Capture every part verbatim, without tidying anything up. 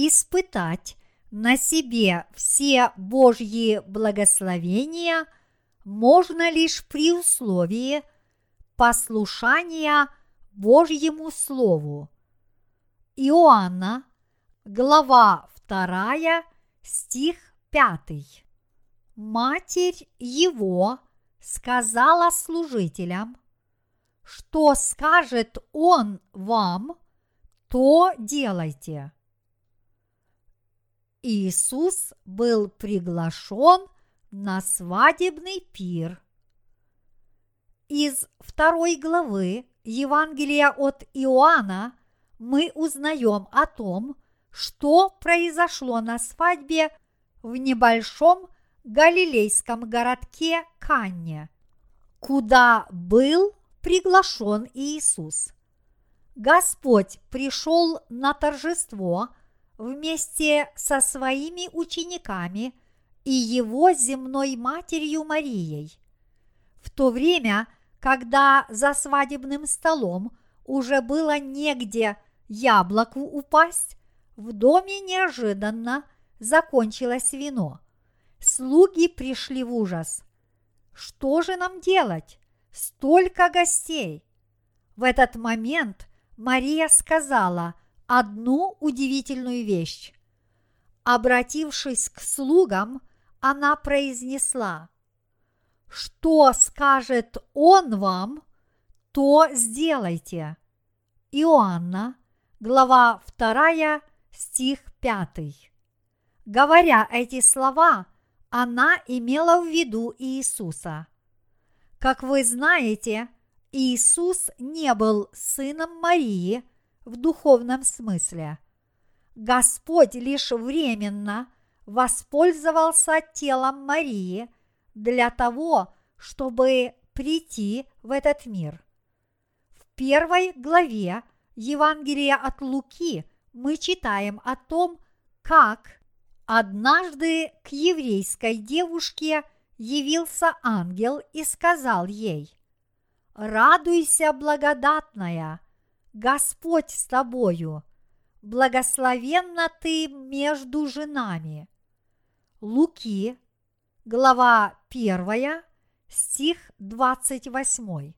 испытать на себе все Божьи благословения можно лишь при условии послушания Божьему Слову. Иоанна, глава вторая, стих пятый. Матерь его сказала служителям: что скажет он вам, то делайте. Иисус был приглашен на свадебный пир. Из второй главы Евангелия от Иоанна мы узнаем о том, что произошло на свадьбе в небольшом галилейском городке Канне, куда был приглашен Иисус. Господь пришел на торжество вместе со своими учениками и его земной матерью Марией. В то время, когда за свадебным столом уже было негде яблоку упасть, в доме неожиданно закончилось вино. Слуги пришли в ужас. Что же нам делать? Столько гостей! В этот момент Мария сказала одну удивительную вещь. Обратившись к слугам, она произнесла: что скажет он вам, то сделайте. Иоанна, глава вторая, стих пятый. Говоря эти слова, она имела в виду Иисуса. Как вы знаете, Иисус не был сыном Марии в духовном смысле. Господь лишь временно воспользовался телом Марии для того, чтобы прийти в этот мир. В первой главе Евангелия от Луки мы читаем о том, как однажды к еврейской девушке явился ангел и сказал ей: «Радуйся, благодатная, Господь с тобою, благословенна ты между женами». Луки, глава первая, стих двадцать восемь.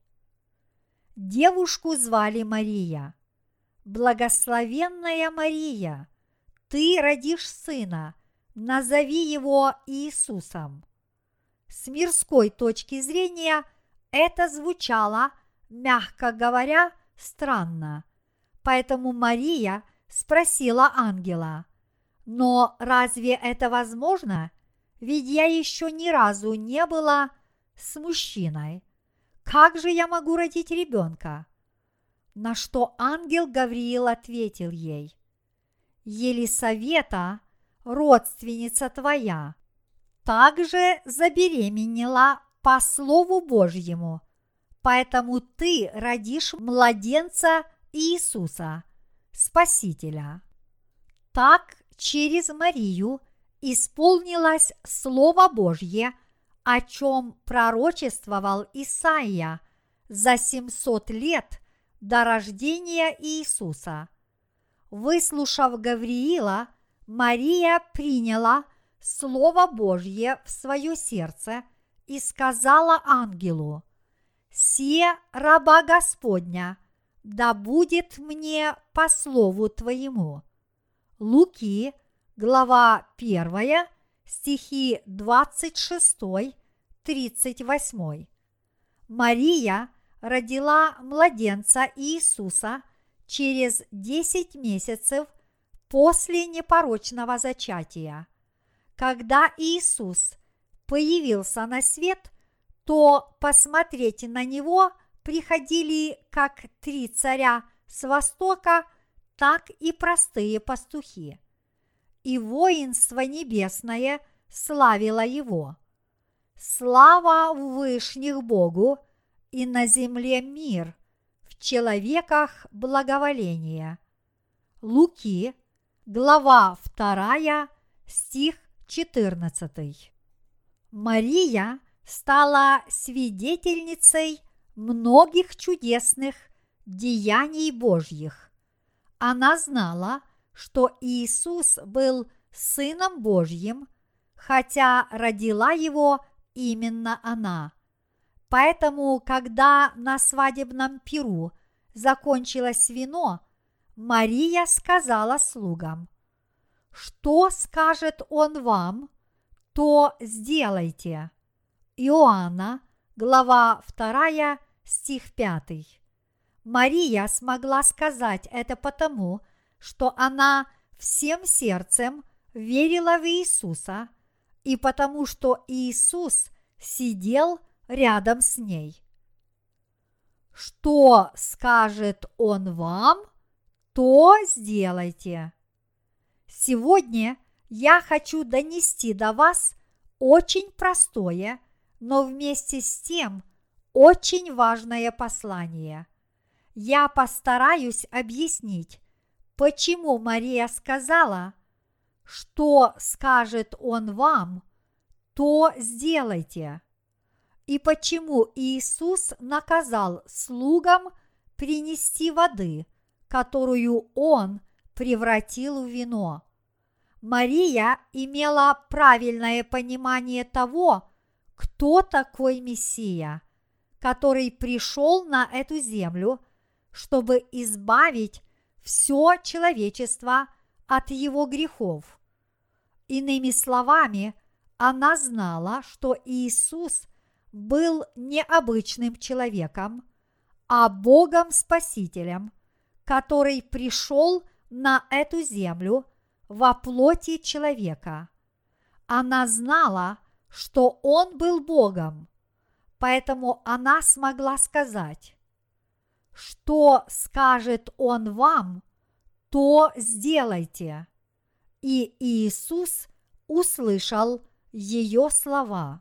Девушку звали Мария. «Благословенная Мария, ты родишь сына, назови его Иисусом». С мирской точки зрения это звучало, мягко говоря, странно. Поэтому Мария спросила ангела: «Но разве это возможно? Ведь я еще ни разу не была с мужчиной. Как же я могу родить ребенка?» На что ангел Гавриил ответил ей: «Елисавета, родственница твоя, также забеременела по Слову Божьему, поэтому ты родишь младенца Иисуса, Спасителя». Так через Марию исполнилось Слово Божье, о чем пророчествовал Исаия за семьсот лет до рождения Иисуса. Выслушав Гавриила, Мария приняла Слово Божье в свое сердце и сказала ангелу: «Се раба Господня, да будет мне по слову твоему». Луки, глава первая, стихи двадцать шесть тридцать восемь. Мария родила младенца Иисуса через десять месяцев после непорочного зачатия. Когда Иисус появился на свет, то посмотреть на него приходили как три царя с востока, так и простые пастухи. И воинство небесное славило его. Слава в вышних Богу, и на земле мир, в человеках благоволение. Луки, глава вторая, стих четырнадцатый. Мария стала свидетельницей многих чудесных деяний Божьих. Она знала, что Иисус был Сыном Божьим, хотя родила его именно она. Поэтому, когда на свадебном пиру закончилось вино, Мария сказала слугам: «Что скажет он вам, то сделайте». Иоанна, глава вторая, стих пятый. Мария смогла сказать это потому, что она всем сердцем верила в Иисуса и потому, что Иисус сидел рядом с ней. Что скажет Он вам, то сделайте. Сегодня я хочу донести до вас очень простое, но вместе с тем очень важное послание. Я постараюсь объяснить, почему Мария сказала: «Что скажет Он вам, то сделайте», и почему Иисус наказал слугам принести воды, которую Он превратил в вино. Мария имела правильное понимание того, кто такой Мессия, который пришел на эту землю, чтобы избавить все человечество от его грехов. Иными словами, она знала, что Иисус был не обычным человеком, а Богом-спасителем, который пришел на эту землю во плоти человека. Она знала, что Он был Богом, поэтому она смогла сказать: «Что скажет Он вам, то сделайте». И Иисус услышал ее слова.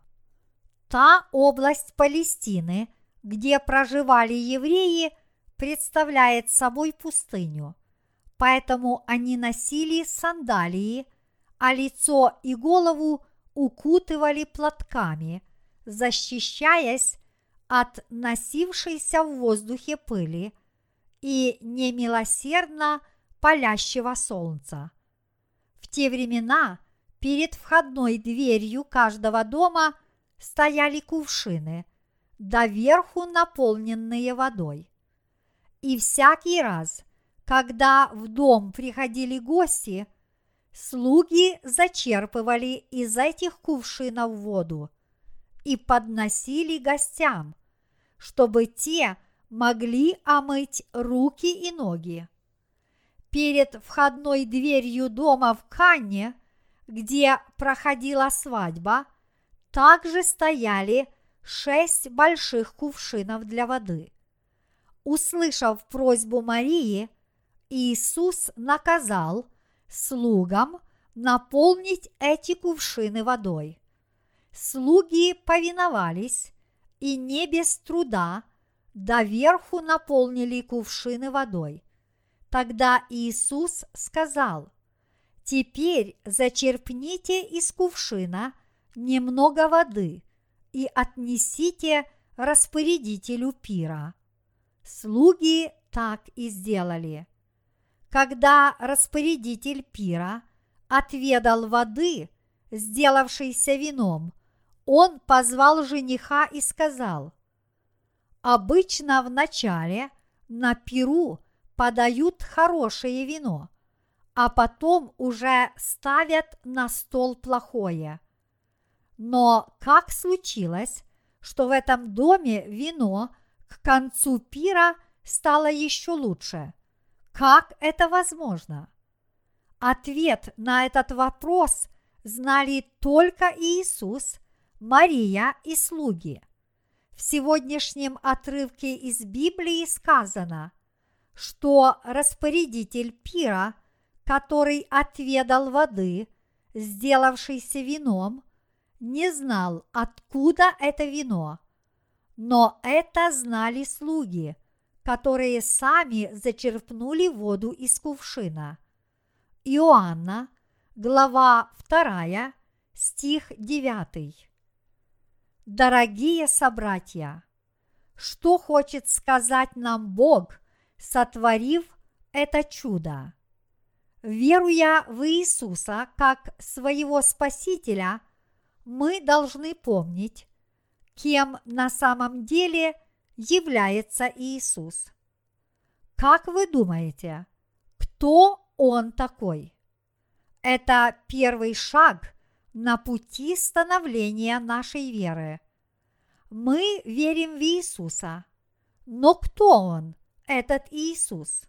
Та область Палестины, где проживали евреи, представляет собой пустыню, поэтому они носили сандалии, а лицо и голову укутывали платками, защищаясь от носившейся в воздухе пыли и немилосердно палящего солнца. В те времена перед входной дверью каждого дома стояли кувшины, доверху наполненные водой. И всякий раз, когда в дом приходили гости, слуги зачерпывали из этих кувшинов воду и подносили гостям, чтобы те могли омыть руки и ноги. Перед входной дверью дома в Канне, где проходила свадьба, также стояли шесть больших кувшинов для воды. Услышав просьбу Марии, Иисус наказал слугам наполнить эти кувшины водой. Слуги повиновались и не без труда доверху наполнили кувшины водой. Тогда Иисус сказал: «Теперь зачерпните из кувшина немного воды и отнесите распорядителю пира». Слуги так и сделали. Когда распорядитель пира отведал воды, сделавшейся вином, он позвал жениха и сказал: «Обычно в начале на пиру подают хорошее вино, а потом уже ставят на стол плохое. Но как случилось, что в этом доме вино к концу пира стало еще лучше? Как это возможно?» Ответ на этот вопрос знали только Иисус, Мария и слуги. В сегодняшнем отрывке из Библии сказано, что распорядитель пира, который отведал воды, сделавшейся вином, не знал, откуда это вино, но это знали слуги, которые сами зачерпнули воду из кувшина. Иоанна, глава вторая, стих девятый. Дорогие собратья, что хочет сказать нам Бог, сотворив это чудо? Веруя в Иисуса как своего Спасителя, мы должны помнить, кем на самом деле является Иисус. Как вы думаете, кто Он такой? Это первый шаг на пути становления нашей веры. Мы верим в Иисуса, но кто Он, этот Иисус?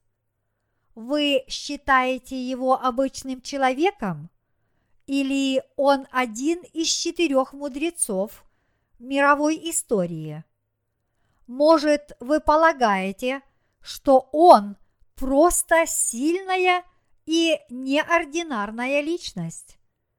Вы считаете Его обычным человеком? Или Он один из четырех мудрецов мировой истории? Может, вы полагаете, что Он просто сильная и неординарная личность?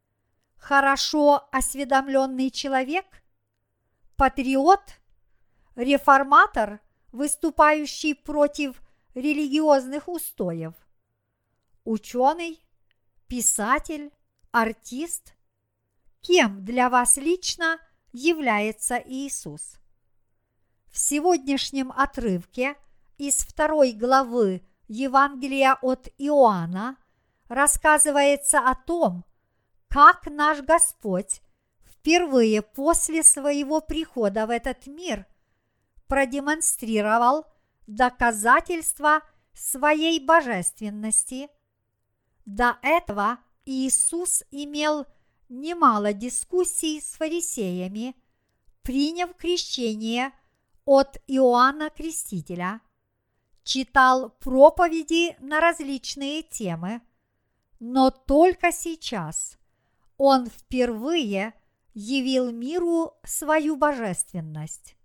Хорошо осведомленный человек? Патриот? Реформатор, выступающий против религиозных устоев? Ученый? Писатель? Артист? Кем для вас лично является Иисус? В сегодняшнем отрывке из второй главы Евангелия от Иоанна рассказывается о том, как наш Господь впервые после своего прихода в этот мир продемонстрировал доказательства своей божественности. До этого Иисус имел немало дискуссий с фарисеями, приняв крещение от Иоанна Крестителя, читал проповеди на различные темы, но только сейчас он впервые явил миру свою божественность.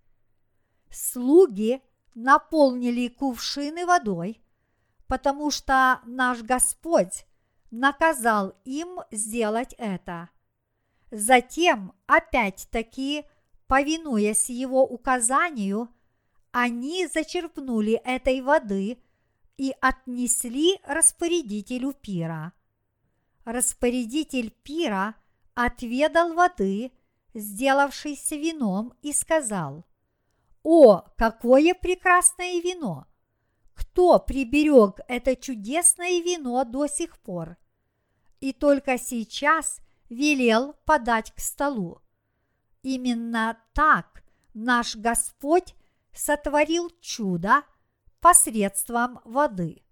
Слуги наполнили кувшины водой, потому что наш Господь наказал им сделать это. Затем, опять-таки, повинуясь его указанию, они зачерпнули этой воды и отнесли распорядителю пира. Распорядитель пира отведал воды, сделавшейся вином, и сказал: «О, какое прекрасное вино! Кто приберег это чудесное вино до сих пор?» И только сейчас велел подать к столу. Именно так наш Господь сотворил чудо посредством воды.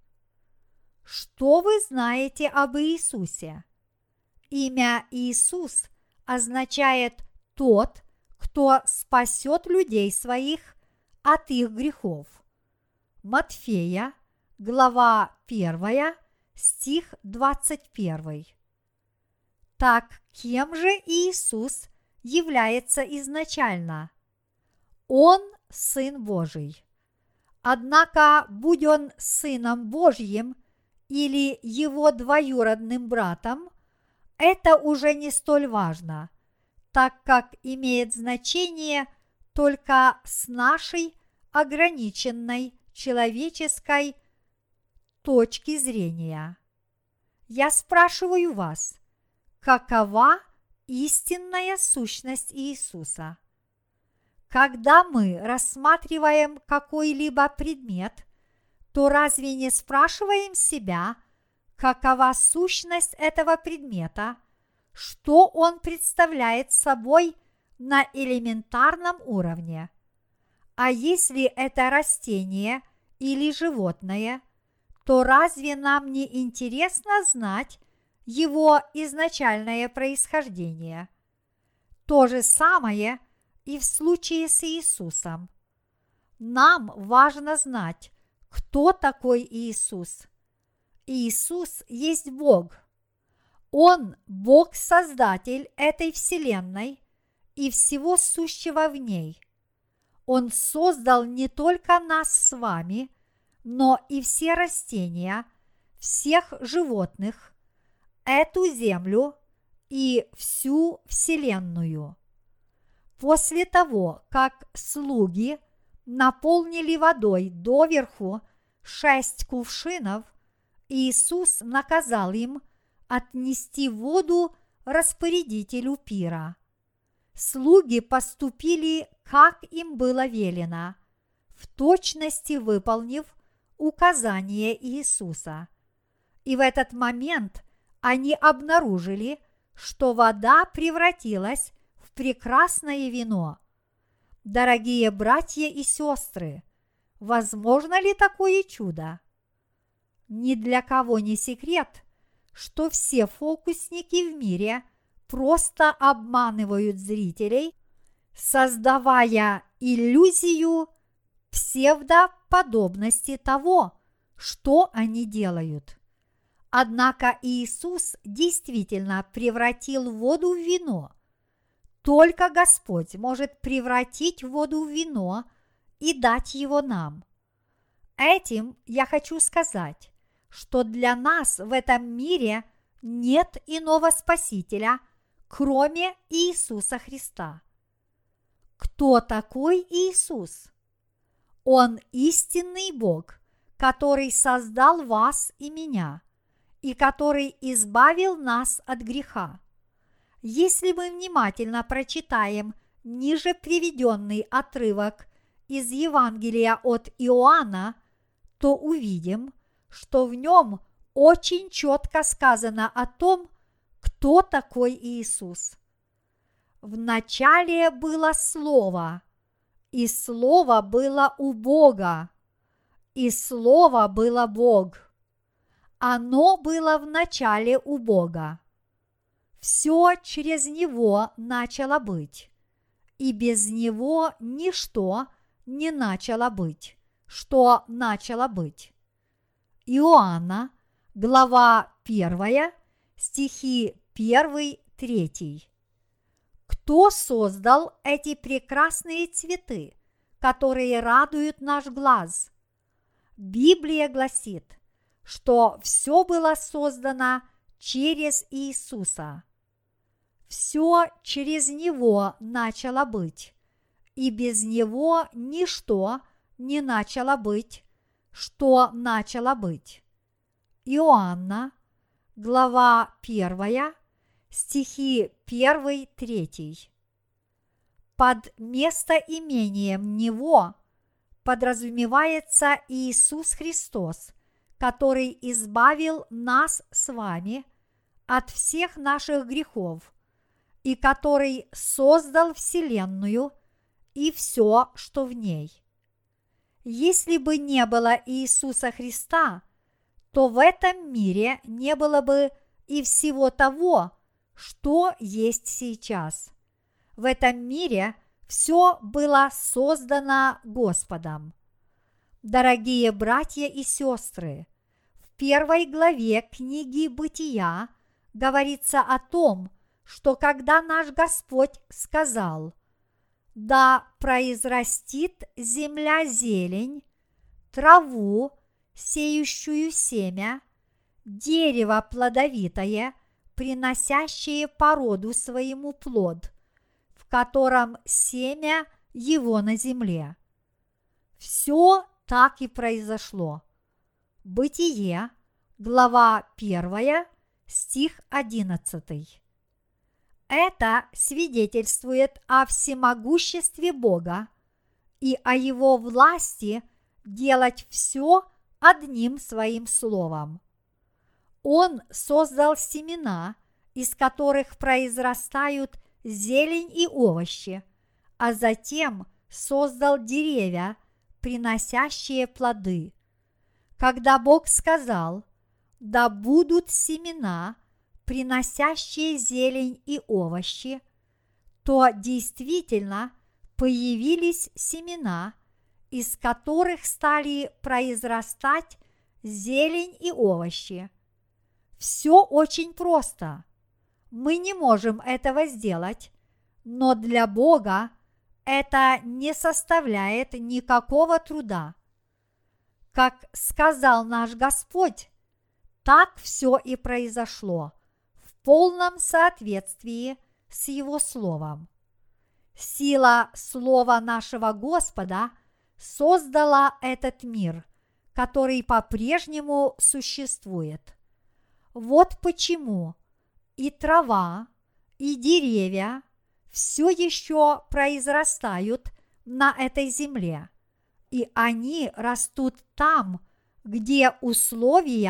Что вы знаете об Иисусе? Имя Иисус означает «тот, кто спасет людей своих от их грехов». Матфея, глава первая, стих двадцать первый. Так кем же Иисус является изначально? Он Сын Божий. Однако, будь Он Сыном Божьим или Его двоюродным братом, это уже не столь важно, так как имеет значение только с нашей ограниченной человеческой точки зрения. Я спрашиваю вас, какова истинная сущность Иисуса? Когда мы рассматриваем какой-либо предмет, то разве не спрашиваем себя, какова сущность этого предмета, что он представляет собой на элементарном уровне? А если это растение или животное, то разве нам не интересно знать его изначальное происхождение? То же самое и в случае с Иисусом. Нам важно знать, кто такой Иисус. Иисус есть Бог. Он Бог-создатель этой вселенной и всего сущего в ней. Он создал не только нас с вами, но и все растения, всех животных, эту землю и всю вселенную. После того, как слуги наполнили водой доверху шесть кувшинов, Иисус наказал им отнести воду распорядителю пира. Слуги поступили, как им было велено, в точности выполнив указание Иисуса. И в этот момент они обнаружили, что вода превратилась в прекрасное вино. Дорогие братья и сестры, возможно ли такое чудо? Ни для кого не секрет, что все фокусники в мире просто обманывают зрителей, создавая иллюзию псевдоподобности того, что они делают. Однако Иисус действительно превратил воду в вино. Только Господь может превратить воду в вино и дать его нам. Этим я хочу сказать, что для нас в этом мире нет иного Спасителя, кроме Иисуса Христа. Кто такой Иисус? Он истинный Бог, который создал вас и меня, и который избавил нас от греха. Если мы внимательно прочитаем ниже приведенный отрывок из Евангелия от Иоанна, то увидим, что в нем очень четко сказано о том, кто такой Иисус. В начале было Слово, и Слово было у Бога, и Слово было Бог. Оно было в начале у Бога. Все через Него начало быть, и без Него ничто не начало быть, что начало быть. Иоанна, глава первая, стихи первый, третий. Кто создал эти прекрасные цветы, которые радуют наш глаз? Библия гласит, что все было создано через Иисуса. Все через Него начало быть, и без Него ничто не начало быть, что начало быть. Иоанна, глава первая, стихи первый, третий. Под местоимением Него подразумевается Иисус Христос, который избавил нас с вами от всех наших грехов и который создал Вселенную и все, что в ней. Если бы не было Иисуса Христа, то в этом мире не было бы и всего того, что есть сейчас. В этом мире все было создано Господом. Дорогие братья и сестры, в первой главе книги Бытия говорится о том, что когда наш Господь сказал: «Да произрастит земля зелень, траву, сеющую семя, дерево плодовитое, приносящее по роду своему плод, в котором семя его на земле». Все так и произошло. Бытие, глава первая, стих одиннадцатый. Это свидетельствует о всемогуществе Бога и о Его власти делать все одним своим словом. Он создал семена, из которых произрастают зелень и овощи, а затем создал деревья, приносящие плоды. Когда Бог сказал: «Да будут семена, приносящие зелень и овощи», то действительно появились семена, из которых стали произрастать зелень и овощи. Все очень просто. Мы не можем этого сделать, но для Бога это не составляет никакого труда. Как сказал наш Господь, так все и произошло, в полном соответствии с Его Словом. Сила Слова нашего Господа создала этот мир, который по-прежнему существует. Вот почему и трава, и деревья все еще произрастают на этой земле, и они растут там, где условия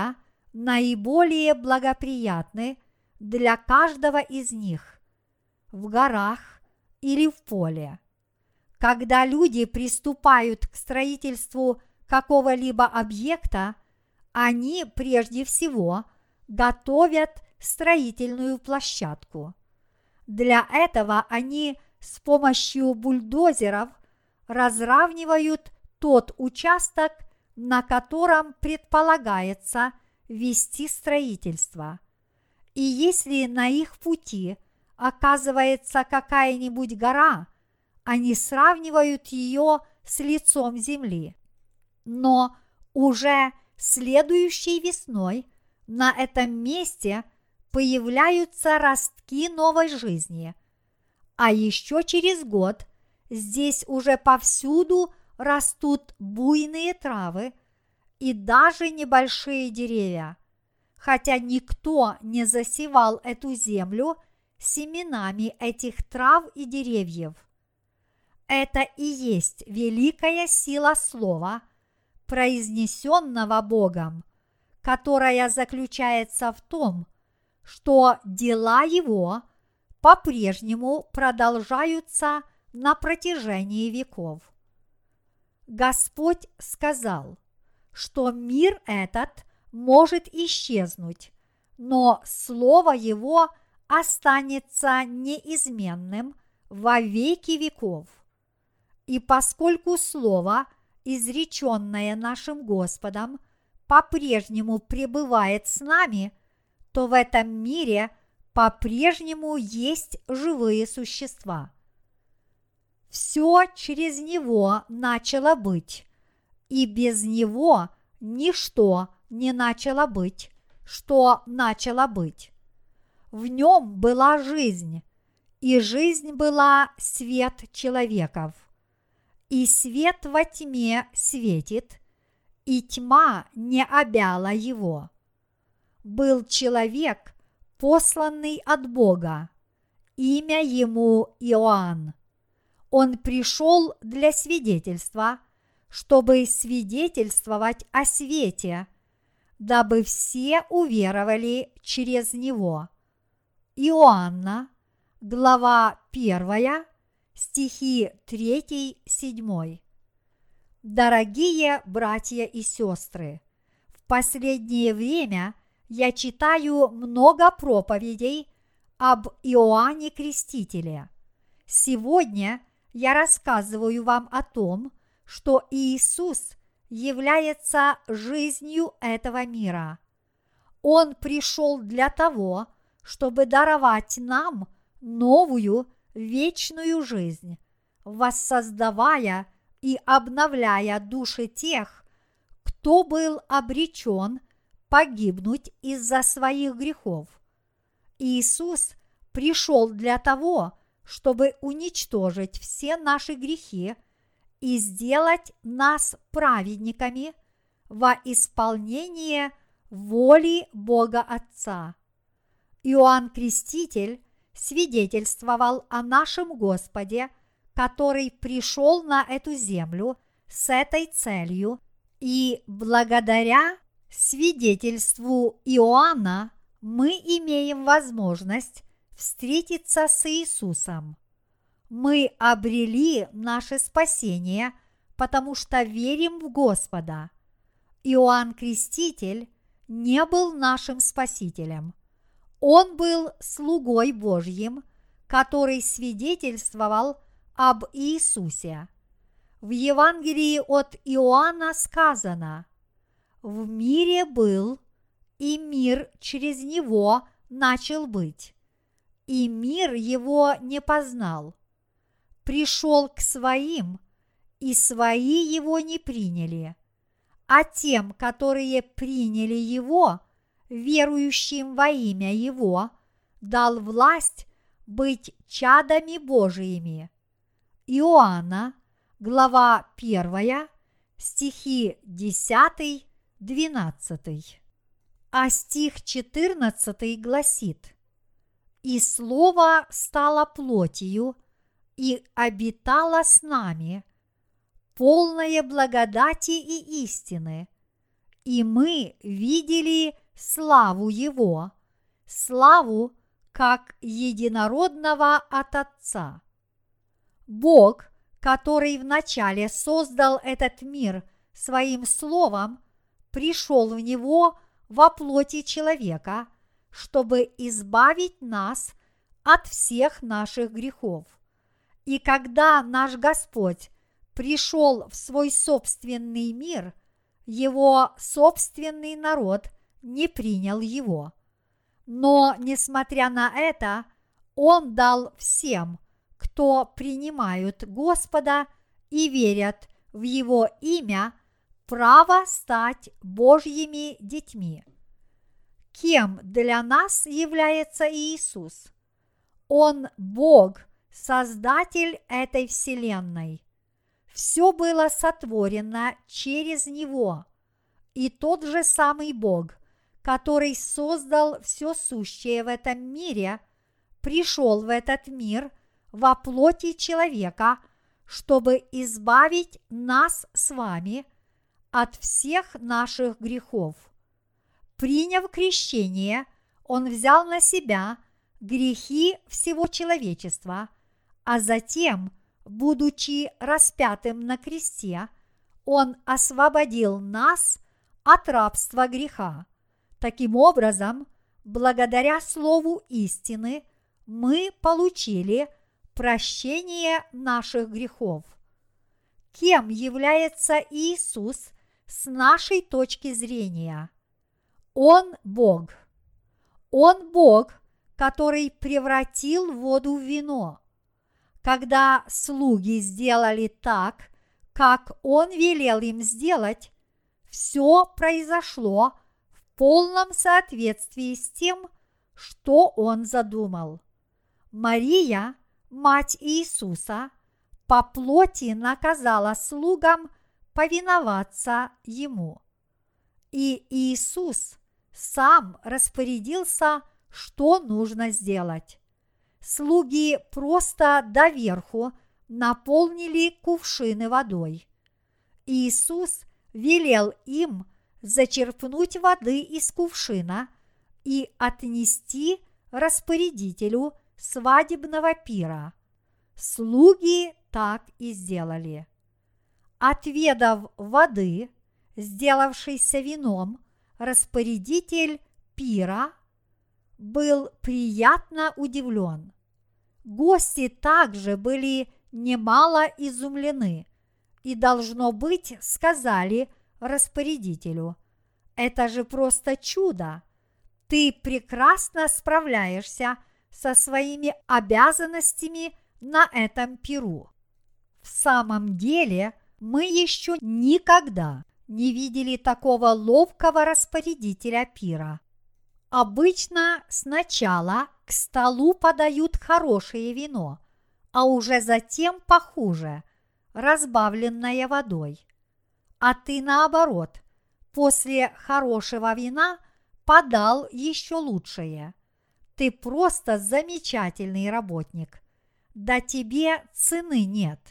наиболее благоприятны для каждого из них – в горах или в поле. Когда люди приступают к строительству какого-либо объекта, они прежде всего готовят строительную площадку. Для этого они с помощью бульдозеров разравнивают тот участок, на котором предполагается вести строительство. И если на их пути оказывается какая-нибудь гора, они сравнивают ее с лицом земли. Но уже следующей весной на этом месте появляются ростки новой жизни, а еще через год здесь уже повсюду растут буйные травы и даже небольшие деревья, хотя никто не засевал эту землю семенами этих трав и деревьев. Это и есть великая сила слова, произнесенного Богом, которая заключается в том, что дела Его по-прежнему продолжаются на протяжении веков. Господь сказал, что мир этот может исчезнуть, но Слово Его останется неизменным во веки веков. И поскольку Слово, изреченное нашим Господом, по-прежнему пребывает с нами, то в этом мире по-прежнему есть живые существа. Все через Него начало быть, и без Него ничто не начало быть, что начало быть. В Нем была жизнь, и жизнь была свет человеков. И свет во тьме светит, и тьма не обяла его. Был человек, посланный от Бога, имя ему Иоанн. Он пришел для свидетельства, чтобы свидетельствовать о свете, дабы все уверовали через него. Иоанна, глава первая, стихи три-семь. Дорогие братья и сестры, в последнее время я читаю много проповедей об Иоанне Крестителе. Сегодня я рассказываю вам о том, что Иисус является жизнью этого мира. Он пришел для того, чтобы даровать нам новую вечную жизнь, воссоздавая и обновляя души тех, кто был обречен погибнуть из-за своих грехов. Иисус пришел для того, чтобы уничтожить все наши грехи и сделать нас праведниками во исполнение воли Бога Отца. Иоанн Креститель свидетельствовал о нашем Господе, который пришел на эту землю с этой целью, и благодаря свидетельству Иоанна мы имеем возможность встретиться с Иисусом. Мы обрели наше спасение, потому что верим в Господа. Иоанн Креститель не был нашим спасителем. Он был слугой Божьим, который свидетельствовал об Иисусе. В Евангелии от Иоанна сказано: «В мире был, и мир через него начал быть, и мир его не познал. Пришел к своим, и свои его не приняли, а тем, которые приняли его, верующим во имя его, дал власть быть чадами Божиими». Иоанна, глава первая, стихи десятый-двенадцатый. А стих четырнадцатый гласит: «И Слово стало плотью и обитало с нами, полное благодати и истины, и мы видели славу Его, славу как единородного от Отца. Бог, который вначале создал этот мир своим словом, пришел в него во плоти человека, чтобы избавить нас от всех наших грехов. И когда наш Господь пришел в свой собственный мир, его собственный народ не принял его. Но, несмотря на это, он дал всем, кто принимают Господа и верят в Его имя, право стать Божьими детьми. Кем для нас является Иисус? Он Бог, Создатель этой вселенной. Все было сотворено через Него, и тот же самый Бог, который создал все сущее в этом мире, пришел в этот мир во плоти человека, чтобы избавить нас с вами от всех наших грехов. Приняв крещение, Он взял на себя грехи всего человечества, а затем, будучи распятым на кресте, Он освободил нас от рабства греха. Таким образом, благодаря Слову истины, мы получили прощение наших грехов. Кем является Иисус с нашей точки зрения? Он Бог. Он Бог, который превратил воду в вино. Когда слуги сделали так, как Он велел им сделать, все произошло в полном соответствии с тем, что Он задумал. Мария, мать Иисуса, по плоти наказала слугам повиноваться Ему. И Иисус сам распорядился, что нужно сделать. Слуги просто доверху наполнили кувшины водой. Иисус велел им зачерпнуть воды из кувшина и отнести распорядителю свадебного пира. Слуги так и сделали. Отведав воды, сделавшейся вином, распорядитель пира был приятно удивлен. Гости также были немало изумлены и, должно быть, сказали распорядителю: «Это же просто чудо! Ты прекрасно справляешься со своими обязанностями на этом пиру». В самом деле, мы еще никогда не видели такого ловкого распорядителя пира. Обычно сначала к столу подают хорошее вино, а уже затем похуже, разбавленное водой. А ты, наоборот, после хорошего вина подал еще лучшее. Ты просто замечательный работник. Да тебе цены нет.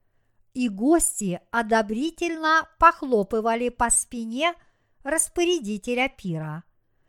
И гости одобрительно похлопывали по спине распорядителя пира.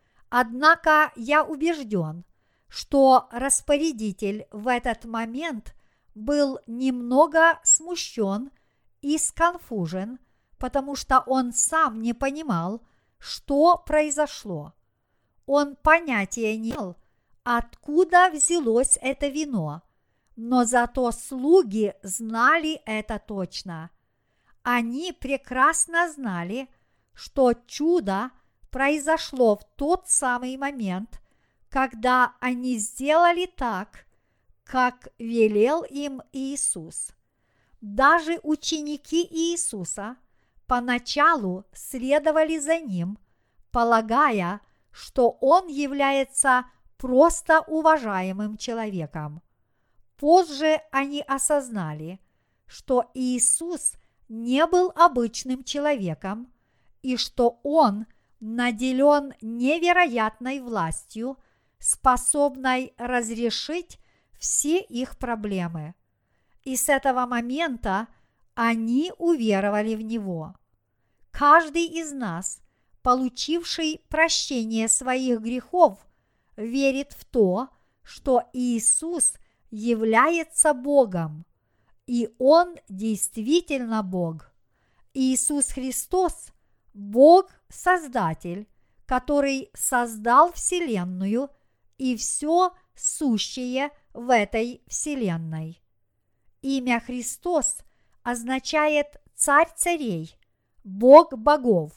Однако я убежден, что распорядитель в этот момент был немного смущен и сконфужен, потому что он сам не понимал, что произошло. Он понятия не имел, откуда взялось это вино, но зато слуги знали это точно. Они прекрасно знали, что чудо произошло в тот самый момент, когда они сделали так, как велел им Иисус. Даже ученики Иисуса поначалу следовали за Ним, полагая, что Он является просто уважаемым человеком. Позже они осознали, что Иисус не был обычным человеком и что Он наделен невероятной властью, способной разрешить все их проблемы. И с этого момента они уверовали в Него. Каждый из нас получивший прощение своих грехов, верит в то, что Иисус является Богом, и Он действительно Бог. Иисус Христос – Бог-Создатель, который создал Вселенную и все сущее в этой Вселенной. Имя Христос означает «Царь царей», «Бог богов».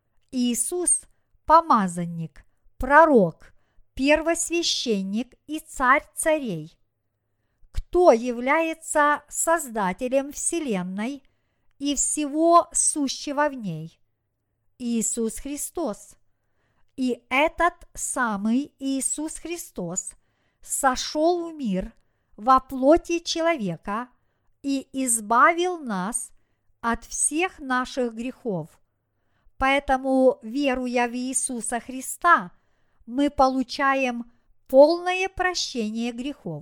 Иисус – помазанник, пророк, первосвященник и царь царей. Кто является создателем Вселенной и всего сущего в ней? Иисус Христос. И этот самый Иисус Христос сошел в мир во плоти человека и избавил нас от всех наших грехов. Поэтому, веруя в Иисуса Христа, мы получаем полное прощение грехов.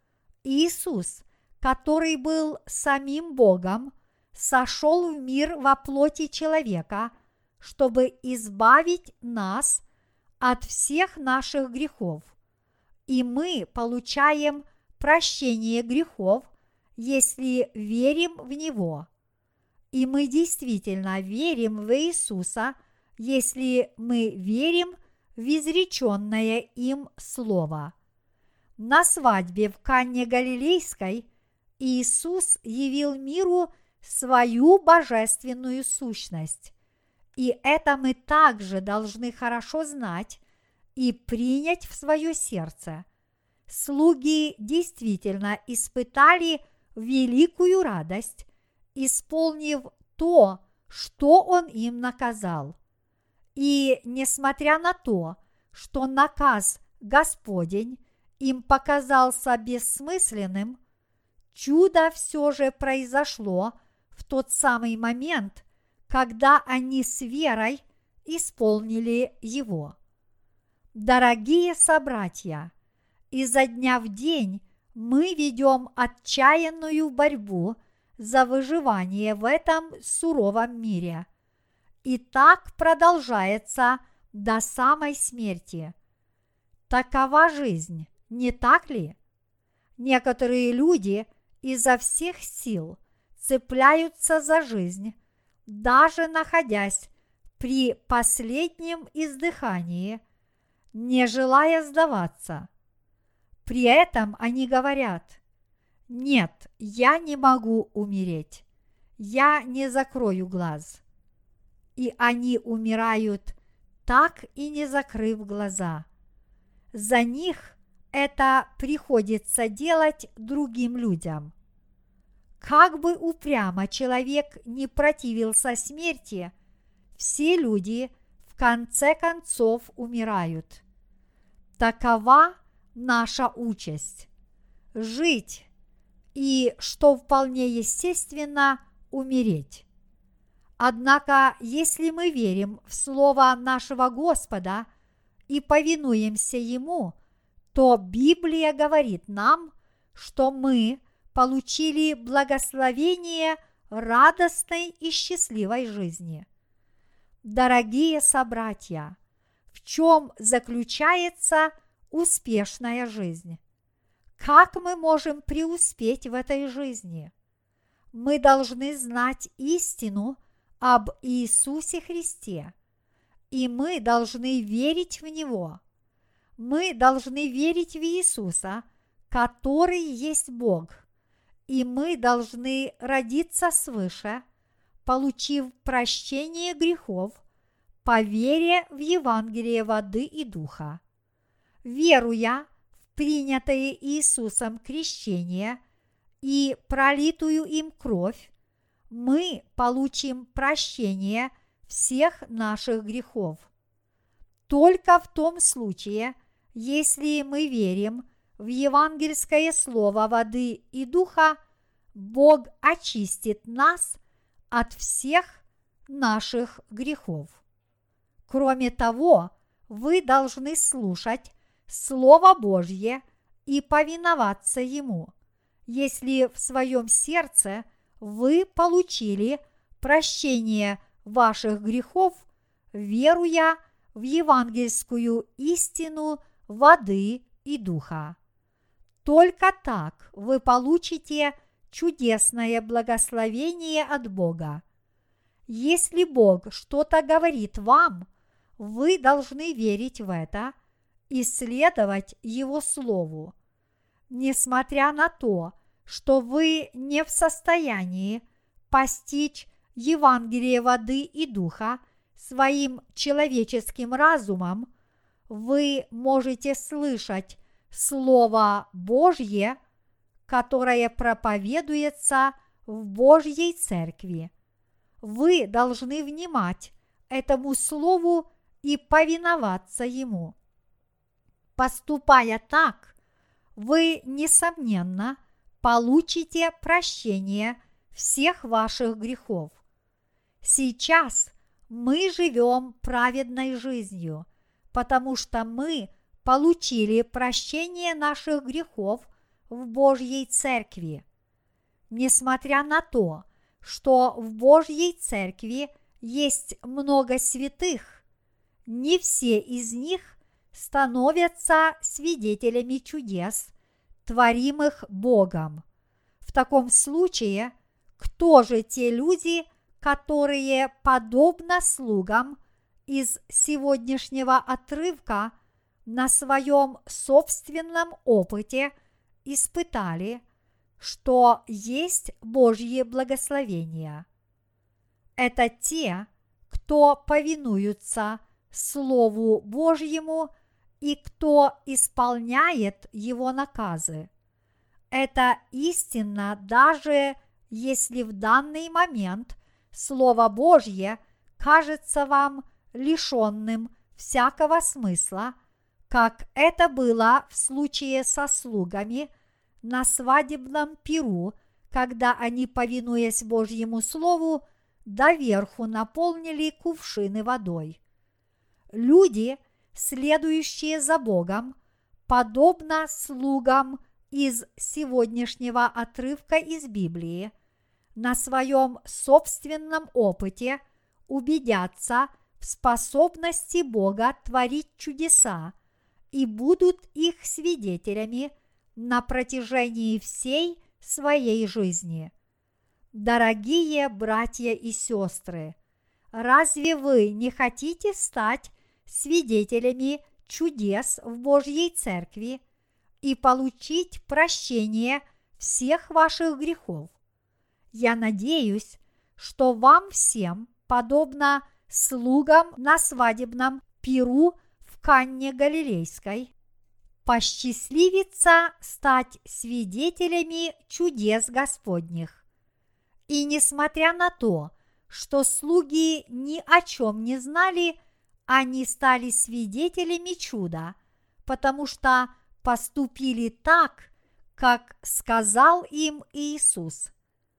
Иисус, который был самим Богом, сошел в мир во плоти человека, чтобы избавить нас от всех наших грехов. И мы получаем прощение грехов, если верим в Него. И мы действительно верим в Иисуса, если мы верим в изреченное им слово. На свадьбе в Канне Галилейской Иисус явил миру свою божественную сущность. И это мы также должны хорошо знать и принять в свое сердце. Слуги действительно испытали великую радость, исполнив то, что Он им наказал. И несмотря на то, что наказ Господень им показался бессмысленным, чудо все же произошло в тот самый момент, когда они с верой исполнили его. Дорогие собратья, изо дня в день мы ведем отчаянную борьбу за выживание в этом суровом мире. И так продолжается до самой смерти. Такова жизнь, не так ли? Некоторые люди изо всех сил цепляются за жизнь, даже находясь при последнем издыхании, не желая сдаваться. При этом они говорят: «Нет, я не могу умереть, я не закрою глаз». И они умирают, так и не закрыв глаза. За них это приходится делать другим людям. Как бы упрямо человек не противился смерти, все люди в конце концов умирают. Такова наша участь – жить и, что вполне естественно, умереть. Однако, если мы верим в Слово нашего Господа и повинуемся Ему, то Библия говорит нам, что мы получили благословение радостной и счастливой жизни. Дорогие собратья, в чем заключается успешная жизнь? Как мы можем преуспеть в этой жизни? Мы должны знать истину об Иисусе Христе, и мы должны верить в Него. Мы должны верить в Иисуса, который есть Бог, и мы должны родиться свыше, получив прощение грехов по вере в Евангелие воды и духа. Веруя в принятое Иисусом крещение и пролитую им кровь, мы получим прощение всех наших грехов. Только в том случае, если мы верим в евангельское слово воды и духа, Бог очистит нас от всех наших грехов. Кроме того, вы должны слушать Слово Божье и повиноваться Ему, если в своем сердце вы получили прощение ваших грехов, веруя в евангельскую истину воды и духа. Только так вы получите чудесное благословение от Бога. Если Бог что-то говорит вам, вы должны верить в это и следовать Его Слову. Несмотря на то, что вы не в состоянии постичь Евангелие воды и духа своим человеческим разумом, вы можете слышать Слово Божье, которое проповедуется в Божьей Церкви. Вы должны внимать этому Слову и повиноваться ему. Поступая так, вы, несомненно, получите прощение всех ваших грехов. Сейчас мы живем праведной жизнью, потому что мы получили прощение наших грехов в Божьей Церкви. Несмотря на то, что в Божьей Церкви есть много святых, не все из них становятся свидетелями чудес, творимых Богом. В таком случае, кто же те люди, которые, подобно слугам из сегодняшнего отрывка, на своем собственном опыте испытали, что есть Божье благословение? Это те, кто повинуются Слову Божьему и кто исполняет Его наказы. Это истинно, даже если в данный момент Слово Божье кажется вам лишенным всякого смысла, как это было в случае со слугами на свадебном пиру, когда они, повинуясь Божьему Слову, доверху наполнили кувшины водой. Люди, следующие за Богом, подобно слугам из сегодняшнего отрывка из Библии, на своем собственном опыте убедятся в способности Бога творить чудеса и будут их свидетелями на протяжении всей своей жизни. Дорогие братья и сестры, разве вы не хотите стать свидетелями чудес в Божьей Церкви и получить прощение всех ваших грехов? Я надеюсь, что вам всем, подобно слугам на свадебном пиру в Канне Галилейской, посчастливится стать свидетелями чудес Господних. И несмотря на то, что слуги ни о чем не знали, они стали свидетелями чуда, потому что поступили так, как сказал им Иисус.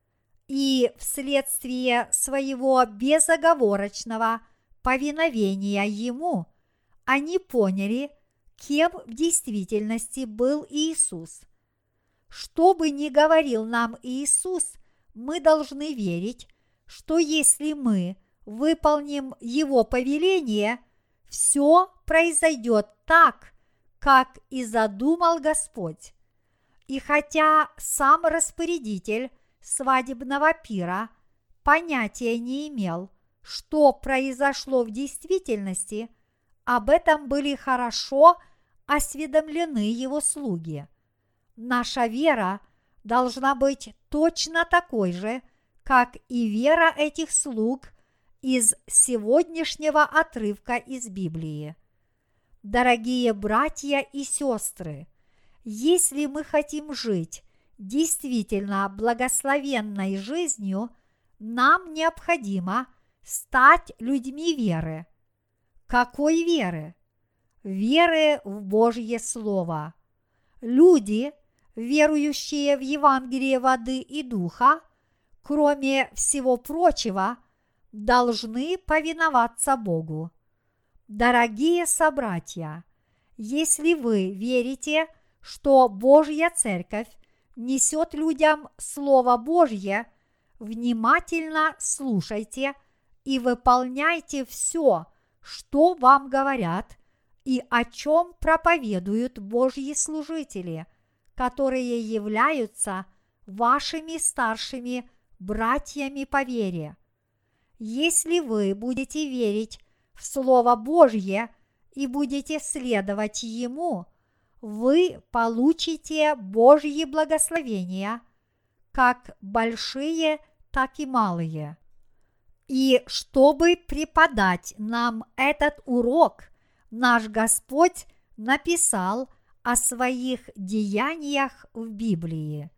И вследствие своего безоговорочного повиновения Ему они поняли, кем в действительности был Иисус. Что бы ни говорил нам Иисус, мы должны верить, что если мы выполним Его повеление, все произойдет так, как и задумал Господь. И хотя сам распорядитель свадебного пира понятия не имел, что произошло в действительности, об этом были хорошо осведомлены его слуги. Наша вера должна быть точно такой же, как и вера этих слуг из сегодняшнего отрывка из Библии. Дорогие братья и сестры, если мы хотим жить действительно благословенной жизнью, нам необходимо стать людьми веры. Какой веры? Веры в Божье Слово. Люди, верующие в Евангелие воды и духа, кроме всего прочего, должны повиноваться Богу. Дорогие собратья, если вы верите, что Божья Церковь несет людям Слово Божье, внимательно слушайте и выполняйте все, что вам говорят и о чем проповедуют Божьи служители, которые являются вашими старшими братьями по вере. Если вы будете верить в Слово Божье и будете следовать Ему, вы получите Божьи благословения, как большие, так и малые. И чтобы преподать нам этот урок, наш Господь написал о своих деяниях в Библии.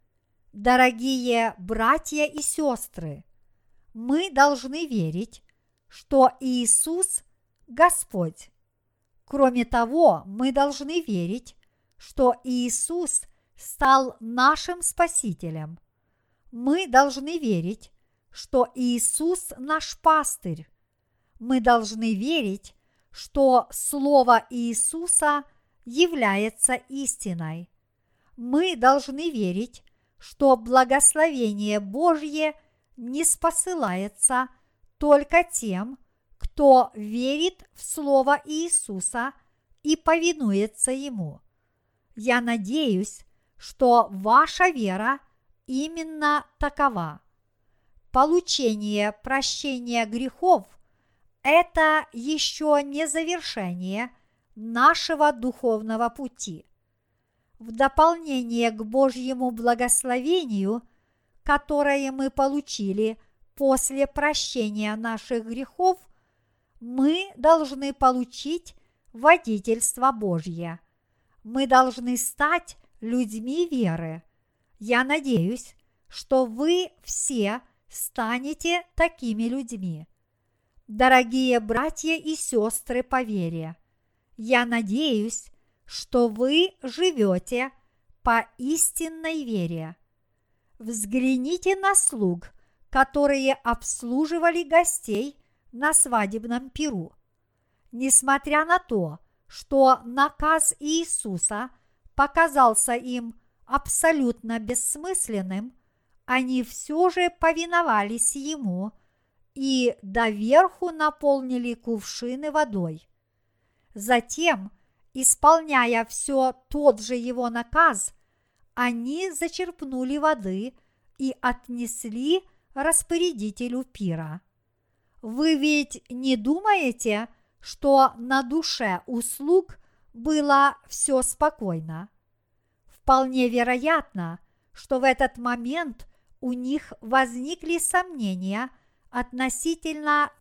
Дорогие братья и сестры, мы должны верить, что Иисус – Господь. Кроме того, мы должны верить, что Иисус стал нашим Спасителем. Мы должны верить, что Иисус наш пастырь. Мы должны верить, что Слово Иисуса является истиной. Мы должны верить, что благословение Божье не спосылается только тем, кто верит в Слово Иисуса и повинуется Ему. Я надеюсь, что ваша вера именно такова. Получение прощения грехов – это еще не завершение нашего духовного пути. В дополнение к Божьему благословению, которое мы получили после прощения наших грехов, мы должны получить водительство Божье. Мы должны стать людьми веры. Я надеюсь, что вы все станете такими людьми. Дорогие братья и сестры по вере, я надеюсь, что вы живете по истинной вере. Взгляните на слуг, которые обслуживали гостей на свадебном пиру. Несмотря на то, что наказ Иисуса показался им абсолютно бессмысленным, они все же повиновались Ему и доверху наполнили кувшины водой. Затем, исполняя все тот же Его наказ, они зачерпнули воды и отнесли распорядителю пира. Вы ведь не думаете, что на душе у слуг было все спокойно? Вполне вероятно, что в этот момент у них возникли сомнения относительно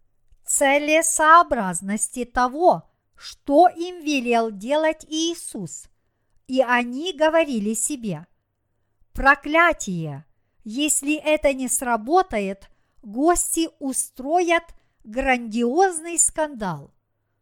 целесообразности того, что им велел делать Иисус, и они говорили себе: «Проклятие! Если это не сработает, гости устроят грандиозный скандал».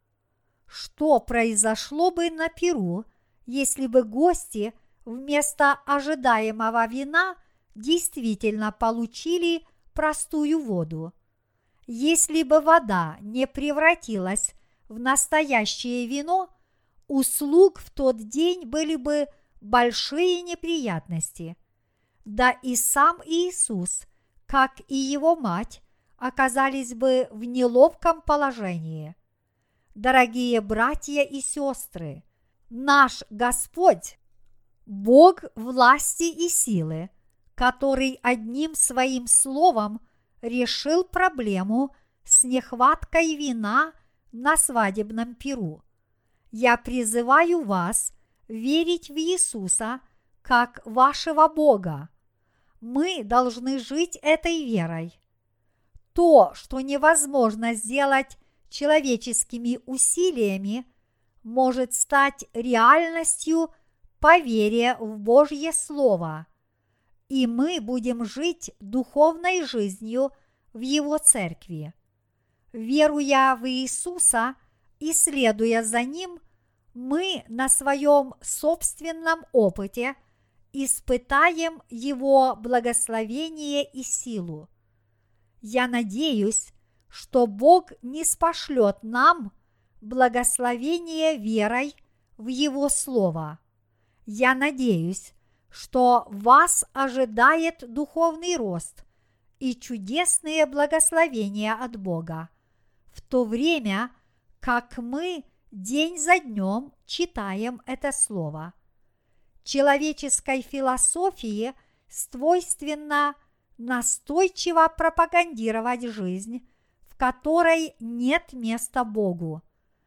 Что произошло бы на пиру, если бы гости вместо ожидаемого вина действительно получили простую воду? Если бы вода не превратилась в настоящее вино, у слуг в тот день были бы большие неприятности. Да и сам Иисус, как и его мать, оказались бы в неловком положении. Дорогие братья и сестры, наш Господь – Бог власти и силы, который одним своим словом решил проблему с нехваткой вина на свадебном пиру. Я призываю вас верить в Иисуса как вашего Бога. Мы должны жить этой верой. То, что невозможно сделать человеческими усилиями, может стать реальностью по вере в Божье Слово, и мы будем жить духовной жизнью в Его церкви. Веруя в Иисуса и следуя за Ним, мы на своем собственном опыте испытаем Его благословение и силу. Я надеюсь, что Бог ниспошлет нам благословение верой в Его Слово. Я надеюсь, что вас ожидает духовный рост и чудесные благословения от Бога, в то время как мы день за днем читаем это слово. Человеческой философии свойственно настойчиво пропагандировать жизнь, в которой нет места Богу.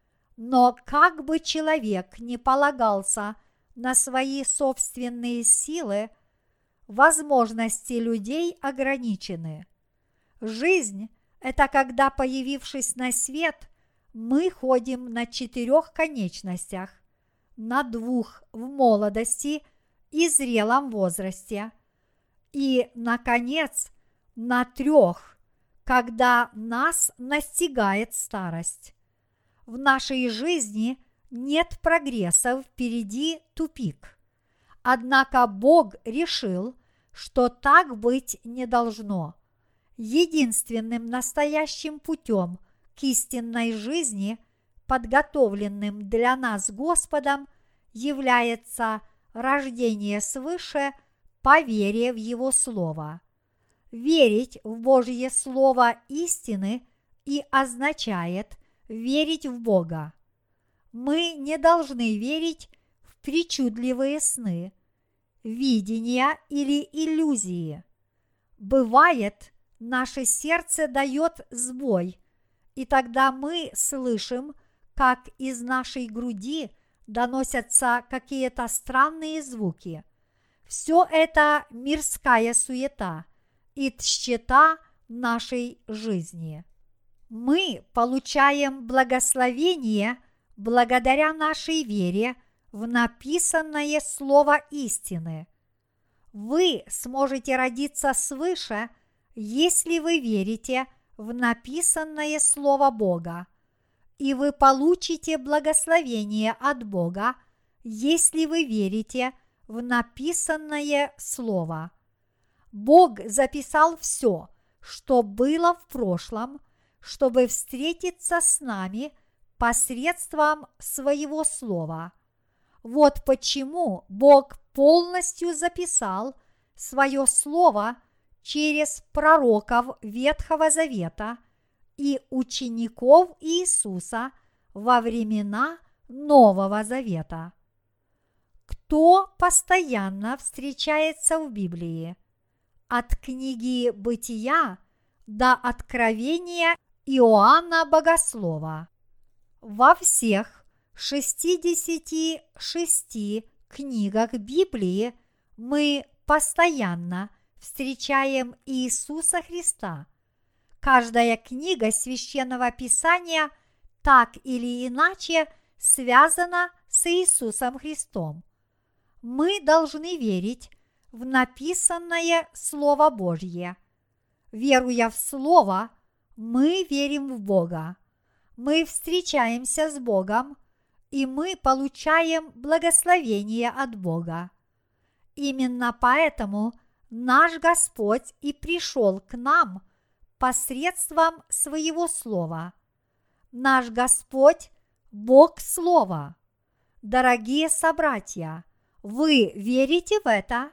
Но как бы человек ни полагался на свои собственные силы, возможности людей ограничены. Жизнь – это когда, появившись на свет, мы ходим на четырех конечностях, на двух в молодости и зрелом возрасте, и, наконец, на трех, когда нас настигает старость. В нашей жизни нет прогресса, впереди тупик. Однако Бог решил, что так быть не должно. Единственным настоящим путем к истинной жизни, подготовленным для нас Господом, является рождение свыше по вере в Его Слово. Верить в Божье Слово истины и означает верить в Бога. Мы не должны верить в причудливые сны, видения или иллюзии. Бывает, наше сердце дает сбой, и тогда мы слышим, как из нашей груди доносятся какие-то странные звуки. Все это мирская суета и тщета нашей жизни. Мы получаем благословение благодаря нашей вере в написанное слово истины. Вы сможете родиться свыше, если вы верите в написанное слово Бога, и вы получите благословение от Бога, если вы верите в написанное слово. Бог записал все, что было в прошлом, чтобы встретиться с нами посредством своего слова. Вот почему Бог полностью записал свое слово через пророков Ветхого Завета и учеников Иисуса во времена Нового Завета. Кто постоянно встречается в Библии? От книги Бытия до Откровения Иоанна Богослова. Во всех шестидесяти шести книгах Библии мы постоянно встречаем Иисуса Христа. Каждая книга Священного Писания так или иначе связана с Иисусом Христом. Мы должны верить в написанное Слово Божье. Веруя в Слово, мы верим в Бога. Мы встречаемся с Богом, и мы получаем благословение от Бога. Именно поэтому наш Господь и пришел к нам посредством своего Слова. Наш Господь – Бог Слова. Дорогие собратья, вы верите в это?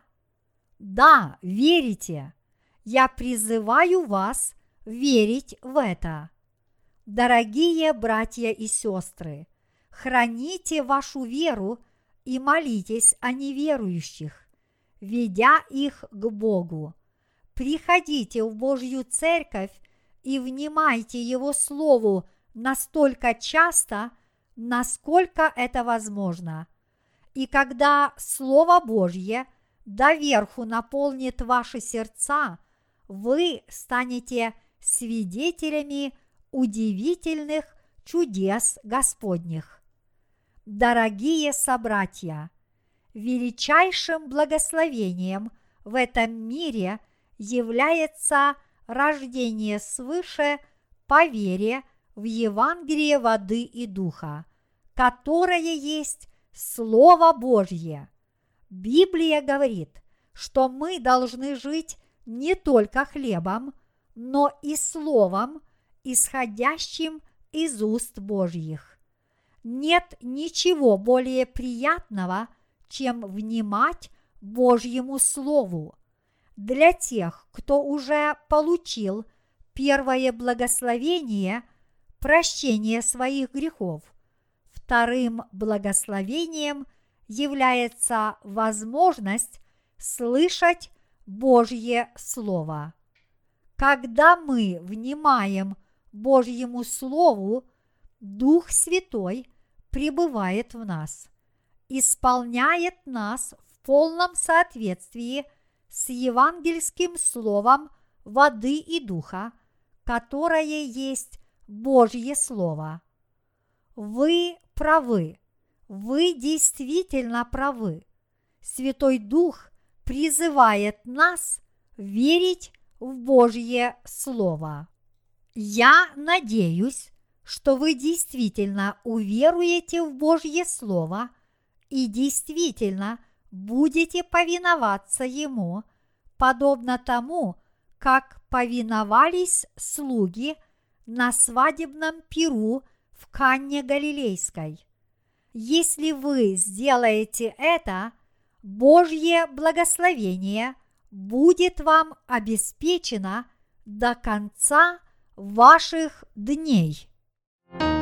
Да, верите. Я призываю вас верить в это. Дорогие братья и сестры, храните вашу веру и молитесь о неверующих, ведя их к Богу. Приходите в Божью церковь и внимайте Его Слову настолько часто, насколько это возможно. И когда Слово Божье доверху наполнит ваши сердца, вы станете свидетелями удивительных чудес Господних. Дорогие собратья, величайшим благословением в этом мире является рождение свыше по вере в Евангелие воды и духа, которое есть Слово Божье. Библия говорит, что мы должны жить не только хлебом, но и словом, исходящим из уст Божьих. Нет ничего более приятного, чем внимать Божьему Слову. Для тех, кто уже получил первое благословение, прощение своих грехов. Вторым благословением является возможность слышать Божье Слово. Когда мы внимаем Божьему Слову, Дух Святой пребывает в нас, исполняет нас в полном соответствии с евангельским словом воды и духа, которое есть Божье Слово. Вы правы, вы действительно правы. Святой Дух призывает нас верить в Божье Слово. Я надеюсь, что вы действительно уверуете в Божье Слово и действительно будете повиноваться Ему, подобно тому, как повиновались слуги на свадебном пиру в Канне Галилейской. Если вы сделаете это, Божье благословение будет вам обеспечено до конца ваших дней.